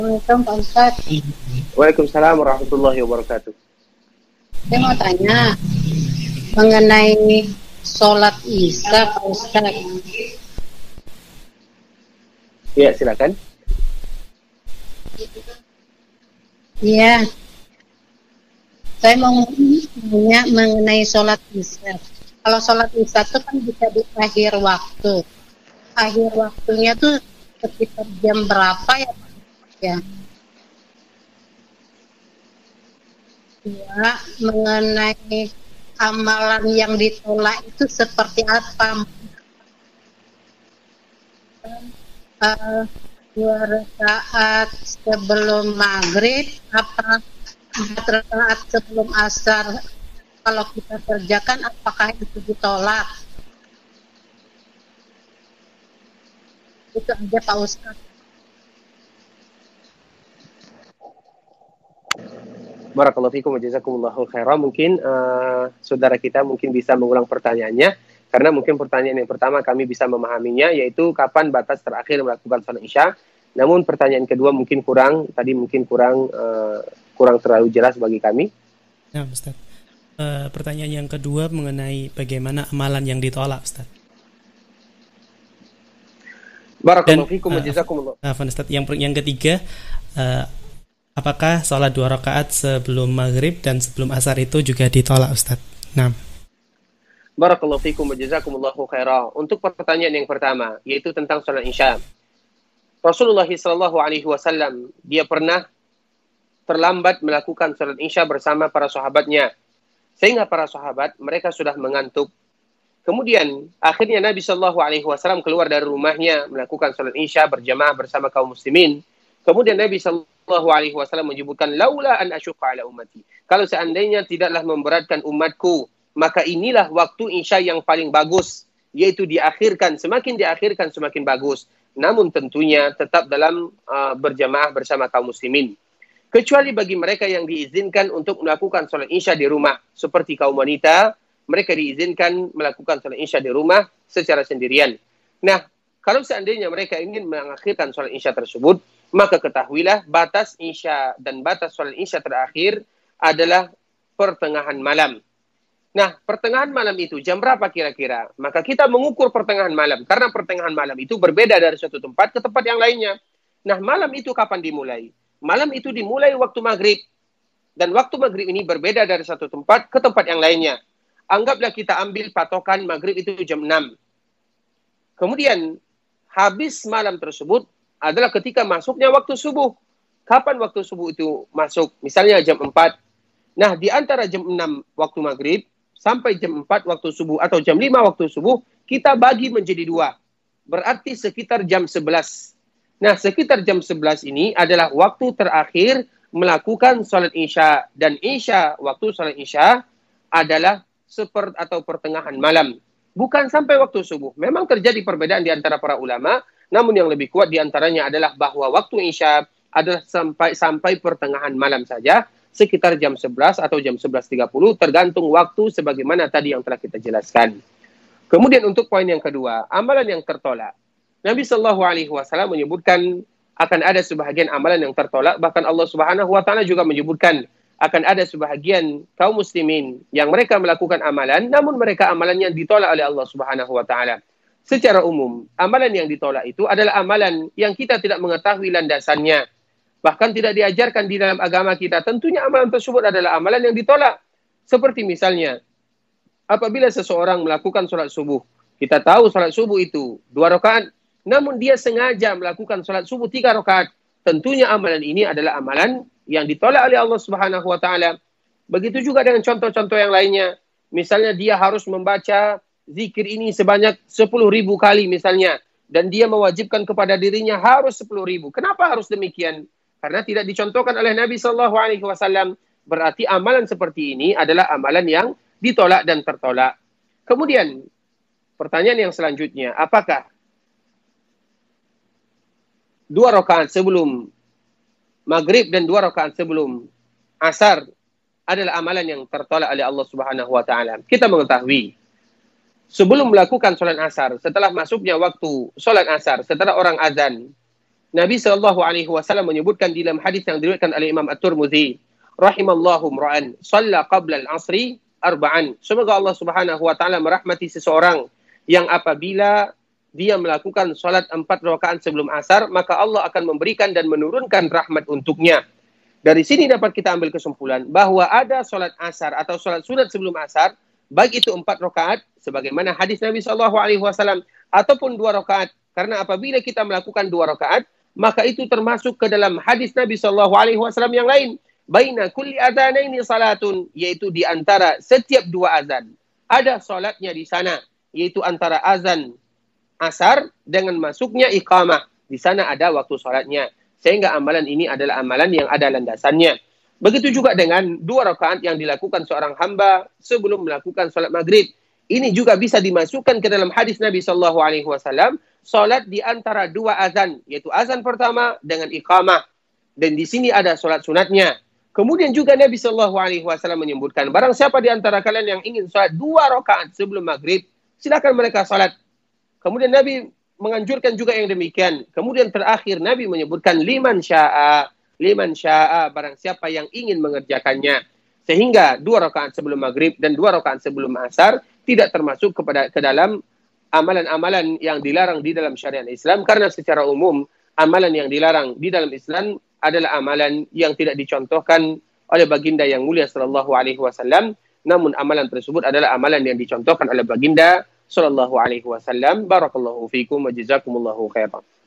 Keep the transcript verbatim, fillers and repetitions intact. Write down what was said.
Assalamualaikum Pak Ustadz. Waalaikumsalam warahmatullahi wabarakatuh. Saya mau tanya mengenai sholat Isya Pak Ustadz. Ya, silakan. Iya. Saya mau tanya mengenai sholat Isya. Kalau sholat Isya itu kan bisa di akhir waktu. Akhir waktunya tuh sekitar jam berapa ya Pak? Ya. Ya, mengenai amalan yang ditolak itu seperti apa? Uh, dua rakaat sebelum maghrib, apa empat rakaat sebelum asar? Kalau kita kerjakan, apakah itu ditolak? Itu aja Pak Ustadz. Barakallahu fikum wa jazakumullahu khairan. Mungkin uh, saudara kita mungkin bisa mengulang pertanyaannya, karena mungkin pertanyaan yang pertama kami bisa memahaminya, yaitu kapan batas terakhir melakukan salat Isya. Namun pertanyaan kedua mungkin kurang, tadi mungkin kurang uh, kurang terlalu jelas bagi kami. Ya, Ustaz. Uh, pertanyaan yang kedua mengenai bagaimana amalan yang ditolak, Ustaz. Barakallahu fikum wa jazakumullahu. Uh, Ustaz, yang yang ketiga, uh, apakah sholat dua rakaat sebelum maghrib dan sebelum asar itu juga ditolak, Ustaz? Nah. Barakallahu fikum wa jazakumullahu khairan. Untuk pertanyaan yang pertama, yaitu tentang sholat Isya. Rasulullah shallallahu alaihi wasallam, dia pernah terlambat melakukan sholat Isya bersama para sahabatnya. Sehingga para sahabat, mereka sudah mengantuk. Kemudian, akhirnya Nabi shallallahu alaihi wasallam keluar dari rumahnya, melakukan sholat Isya berjamaah bersama kaum muslimin. Kemudian Nabi Shallallahu Alaihi Wasallam menyebutkan laula an asyqa ala ummati. Kalau seandainya tidaklah memberatkan umatku, maka inilah waktu Isya yang paling bagus, yaitu diakhirkan, semakin diakhirkan semakin bagus. Namun tentunya tetap dalam uh, berjamaah bersama kaum muslimin. Kecuali bagi mereka yang diizinkan untuk melakukan sholat Isya di rumah, seperti kaum wanita, mereka diizinkan melakukan sholat Isya di rumah secara sendirian. Nah, kalau seandainya mereka ingin mengakhirkan sholat Isya tersebut, maka ketahuilah batas Isya dan batas sholat Isya terakhir adalah pertengahan malam. Nah, pertengahan malam itu jam berapa kira-kira? Maka kita mengukur pertengahan malam. Karena pertengahan malam itu berbeda dari suatu tempat ke tempat yang lainnya. Nah, malam itu kapan dimulai? Malam itu dimulai waktu maghrib. Dan waktu maghrib ini berbeda dari satu tempat ke tempat yang lainnya. Anggaplah kita ambil patokan maghrib itu jam enam. Kemudian, habis malam tersebut adalah ketika masuknya waktu subuh. Kapan waktu subuh itu masuk? Misalnya jam empat. Nah, di antara jam enam waktu maghrib sampai jam empat waktu subuh atau jam lima waktu subuh, kita bagi menjadi dua. Berarti sekitar jam sebelas. Nah, sekitar jam sebelas ini adalah waktu terakhir melakukan sholat Isya. Dan Isya, waktu sholat Isya adalah seper atau pertengahan malam. Bukan sampai waktu subuh. Memang terjadi perbedaan di antara para ulama. Namun yang lebih kuat diantaranya adalah bahwa waktu Isya adalah sampai sampai pertengahan malam saja, sekitar jam sebelas atau jam sebelas tiga puluh, tergantung waktu sebagaimana tadi yang telah kita jelaskan. Kemudian untuk poin yang kedua, amalan yang tertolak. Nabi Shallallahu Alaihi Wasallam menyebutkan akan ada sebahagian amalan yang tertolak, bahkan Allah Subhanahu Wa Taala juga menyebutkan akan ada sebahagian kaum muslimin yang mereka melakukan amalan, namun mereka amalannya ditolak oleh Allah Subhanahu Wa Taala. Secara umum, amalan yang ditolak itu adalah amalan yang kita tidak mengetahui landasannya. Bahkan tidak diajarkan di dalam agama kita. Tentunya amalan tersebut adalah amalan yang ditolak. Seperti misalnya, apabila seseorang melakukan sholat subuh, kita tahu sholat subuh itu dua rakaat, namun dia sengaja melakukan sholat subuh tiga rakaat. Tentunya amalan ini adalah amalan yang ditolak oleh Allah Subhanahu Wa Taala. Begitu juga dengan contoh-contoh yang lainnya. Misalnya dia harus membaca zikir ini sebanyak sepuluh ribu kali misalnya. Dan dia mewajibkan kepada dirinya harus sepuluh ribu. Kenapa harus demikian? Karena tidak dicontohkan oleh Nabi Shallallahu Alaihi Wasallam. Berarti amalan seperti ini adalah amalan yang ditolak dan tertolak. Kemudian, pertanyaan yang selanjutnya. Apakah dua rakaat sebelum maghrib dan dua rakaat sebelum asar adalah amalan yang tertolak oleh Allah Subhanahu Wa Taala? Kita mengetahui, sebelum melakukan sholat asar, setelah masuknya waktu sholat asar, setelah orang azan, Nabi sallallahu alaihi wasallam menyebutkan dalam hadis yang diriwayatkan oleh Imam At-Tirmidzi, rahimallahu mra'an shalla qabla al-'asri arba'an. Semoga Allah Subhanahu wa taala merahmati seseorang yang apabila dia melakukan salat empat rakaat sebelum asar, maka Allah akan memberikan dan menurunkan rahmat untuknya. Dari sini dapat kita ambil kesimpulan bahwa ada salat asar atau salat sunat sebelum asar, baik itu empat rakaat sebagaimana hadis Nabi sallallahu alaihi wasallam ataupun dua rakaat. Karena apabila kita melakukan dua rakaat, maka itu termasuk ke dalam hadis Nabi sallallahu alaihi wasallam yang lain, baina kulli adzanaini salatun, yaitu di antara setiap dua azan ada salatnya di sana, yaitu antara azan asar dengan masuknya iqamah. Di sana ada waktu salatnya. Sehingga amalan ini adalah amalan yang ada landasannya. Begitu juga dengan dua rakaat yang dilakukan seorang hamba sebelum melakukan salat maghrib. Ini juga bisa dimasukkan ke dalam hadis Nabi sallallahu alaihi wasallam, salat di antara dua azan, yaitu azan pertama dengan iqamah. Dan di sini ada salat sunatnya. Kemudian juga Nabi sallallahu alaihi wasallam menyebutkan, barang siapa di antara kalian yang ingin salat dua rakaat sebelum maghrib, silakan mereka salat. Kemudian Nabi menganjurkan juga yang demikian. Kemudian terakhir Nabi menyebutkan liman sya'a, liman sya'a, barang siapa yang ingin mengerjakannya. Sehingga dua rakaat sebelum maghrib dan dua rakaat sebelum asar tidak termasuk kepada ke dalam amalan-amalan yang dilarang di dalam syariat Islam, karena secara umum amalan yang dilarang di dalam Islam adalah amalan yang tidak dicontohkan oleh baginda yang mulia sallallahu alaihi wasallam. Namun amalan tersebut adalah amalan yang dicontohkan oleh baginda sallallahu alaihi wasallam. Barakallahu fikum wa jazakumullahu khairan.